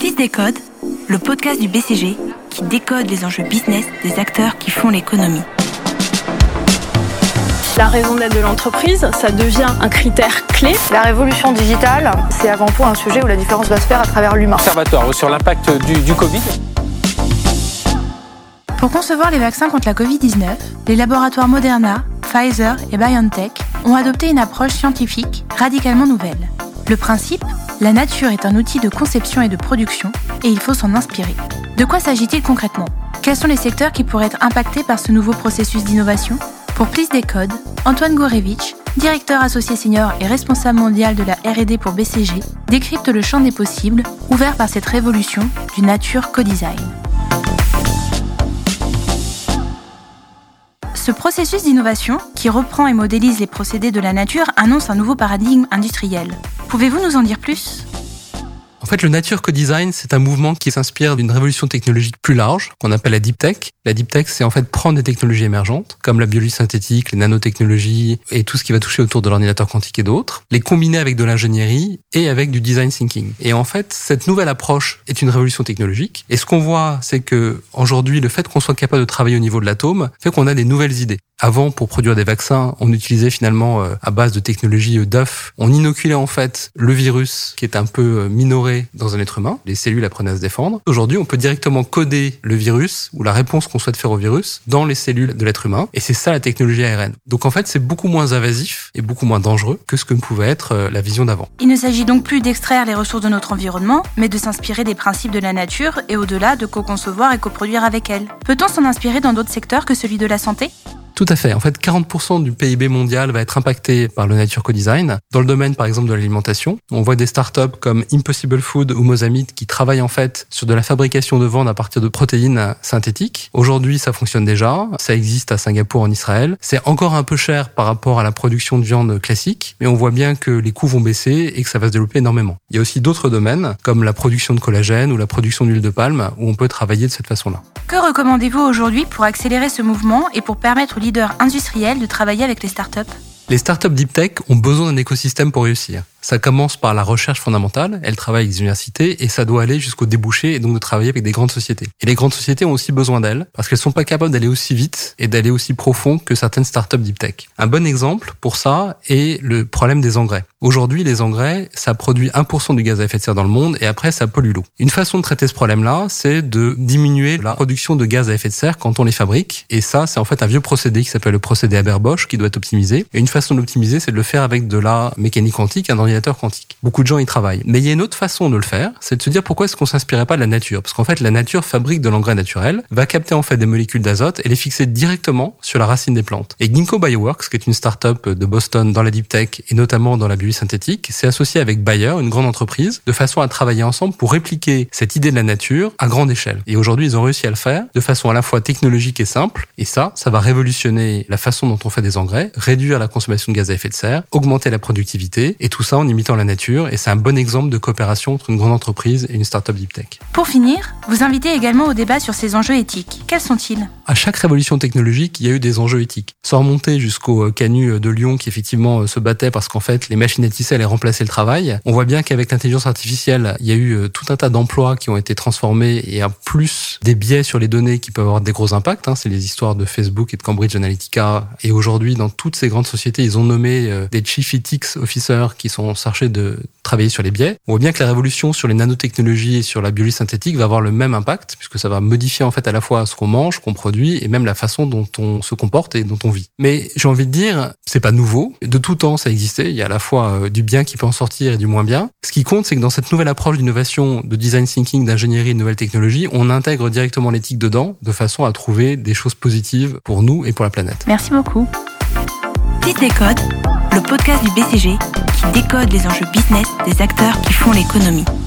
Fils des codes, le podcast du BCG qui décode les enjeux business des acteurs qui font l'économie. La raison d'être de l'entreprise, ça devient un critère clé. La révolution digitale, c'est avant tout un sujet où la différence va se faire à travers l'humain. Observatoire sur l'impact du Covid. Pour concevoir les vaccins contre la Covid-19, les laboratoires Moderna, Pfizer et BioNTech ont adopté une approche scientifique radicalement nouvelle. Le principe, la nature est un outil de conception et de production et il faut s'en inspirer. De quoi s'agit-il concrètement ? Quels sont les secteurs qui pourraient être impactés par ce nouveau processus d'innovation ? Pour Fils des codes, Antoine Gorevitch, directeur associé senior et responsable mondial de la R&D pour BCG, décrypte le champ des possibles ouvert par cette révolution du nature co-design. Ce processus d'innovation, qui reprend et modélise les procédés de la nature, annonce un nouveau paradigme industriel. Pouvez-vous nous en dire plus ? En fait, le Nature Co-Design, c'est un mouvement qui s'inspire d'une révolution technologique plus large, qu'on appelle la Deep Tech. La Deep Tech, c'est en fait prendre des technologies émergentes, comme la biologie synthétique, les nanotechnologies et tout ce qui va toucher autour de l'ordinateur quantique et d'autres, les combiner avec de l'ingénierie et avec du design thinking. Et en fait, cette nouvelle approche est une révolution technologique. Et ce qu'on voit, c'est que aujourd'hui, le fait qu'on soit capable de travailler au niveau de l'atome fait qu'on a des nouvelles idées. Avant, pour produire des vaccins, on utilisait finalement à base de technologies d'œufs. On inoculait en fait le virus qui est un peu minoré dans un être humain. Les cellules apprenaient à se défendre. Aujourd'hui, on peut directement coder le virus ou la réponse qu'on souhaite faire au virus dans les cellules de l'être humain. Et c'est ça la technologie ARN. Donc en fait, c'est beaucoup moins invasif et beaucoup moins dangereux que ce que pouvait être la vision d'avant. Il ne s'agit donc plus d'extraire les ressources de notre environnement, mais de s'inspirer des principes de la nature et au-delà de co-concevoir et coproduire avec elle. Peut-on s'en inspirer dans d'autres secteurs que celui de la santé ? Tout à fait. En fait, 40% du PIB mondial va être impacté par le Nature Co-Design. Dans le domaine, par exemple, de l'alimentation, on voit des startups comme Impossible Food ou Mozamit qui travaillent en fait sur de la fabrication de viande à partir de protéines synthétiques. Aujourd'hui, ça fonctionne déjà. Ça existe à Singapour, en Israël. C'est encore un peu cher par rapport à la production de viande classique, mais on voit bien que les coûts vont baisser et que ça va se développer énormément. Il y a aussi d'autres domaines, comme la production de collagène ou la production d'huile de palme, où on peut travailler de cette façon-là. Que recommandez-vous aujourd'hui pour accélérer ce mouvement et pour permettre aux leaders industriels de travailler avec les startups ? Les startups Deep Tech ont besoin d'un écosystème pour réussir. Ça commence par la recherche fondamentale, elles travaillent avec les universités et ça doit aller jusqu'au débouché et donc de travailler avec des grandes sociétés. Et les grandes sociétés ont aussi besoin d'elles parce qu'elles sont pas capables d'aller aussi vite et d'aller aussi profond que certaines startups Deep Tech. Un bon exemple pour ça est le problème des engrais. Aujourd'hui, les engrais, ça produit 1% du gaz à effet de serre dans le monde et après ça pollue l'eau. Une façon de traiter ce problème-là, c'est de diminuer la production de gaz à effet de serre quand on les fabrique. Et ça, c'est en fait un vieux procédé qui s'appelle le procédé Haber-Bosch qui doit être optimisé. Et une façon de l'optimiser, c'est de le faire avec de la mécanique quantique, un ordinateur quantique. Beaucoup de gens y travaillent. Mais il y a une autre façon de le faire, c'est de se dire pourquoi est-ce qu'on s'inspirait pas de la nature ? Parce qu'en fait, la nature fabrique de l'engrais naturel, va capter en fait des molécules d'azote et les fixer directement sur la racine des plantes. Et Ginkgo Bioworks, qui est une start-up de Boston dans la Deep Tech et notamment dans la biologie synthétique, s'est associé avec Bayer, une grande entreprise, de façon à travailler ensemble pour répliquer cette idée de la nature à grande échelle. Et aujourd'hui, ils ont réussi à le faire de façon à la fois technologique et simple. Et ça va révolutionner la façon dont on fait des engrais, réduire la consommation de gaz à effet de serre, augmenter la productivité et tout ça en imitant la nature. Et c'est un bon exemple de coopération entre une grande entreprise et une start-up Deep Tech. Pour finir, vous invitez également au débat sur ces enjeux éthiques. Quels sont-ils ? À chaque révolution technologique, il y a eu des enjeux éthiques. Sans remonter jusqu'au Canut de Lyon qui effectivement se battait parce qu'en fait les machines à tisser allaient remplacer le travail. On voit bien qu'avec l'intelligence artificielle, il y a eu tout un tas d'emplois qui ont été transformés et en plus des biais sur les données qui peuvent avoir des gros impacts. C'est les histoires de Facebook et de Cambridge Analytica. Et aujourd'hui, dans toutes ces grandes sociétés, ils ont nommé des Chief Ethics Officers qui sont chargés de travailler sur les biais. On voit bien que la révolution sur les nanotechnologies et sur la biologie synthétique va avoir le même impact puisque ça va modifier en fait à la fois ce qu'on mange, qu'on produit et même la façon dont on se comporte et dont on vit. Mais j'ai envie de dire, c'est pas nouveau. De tout temps, ça existait. Il y a à la fois du bien qui peut en sortir et du moins bien. Ce qui compte, c'est que dans cette nouvelle approche d'innovation, de design thinking, d'ingénierie et de nouvelles technologies, on intègre directement l'éthique dedans de façon à trouver des choses positives pour nous et pour la planète. Merci beaucoup. Fils des codes, le podcast du BCG qui décode les enjeux business des acteurs qui font l'économie.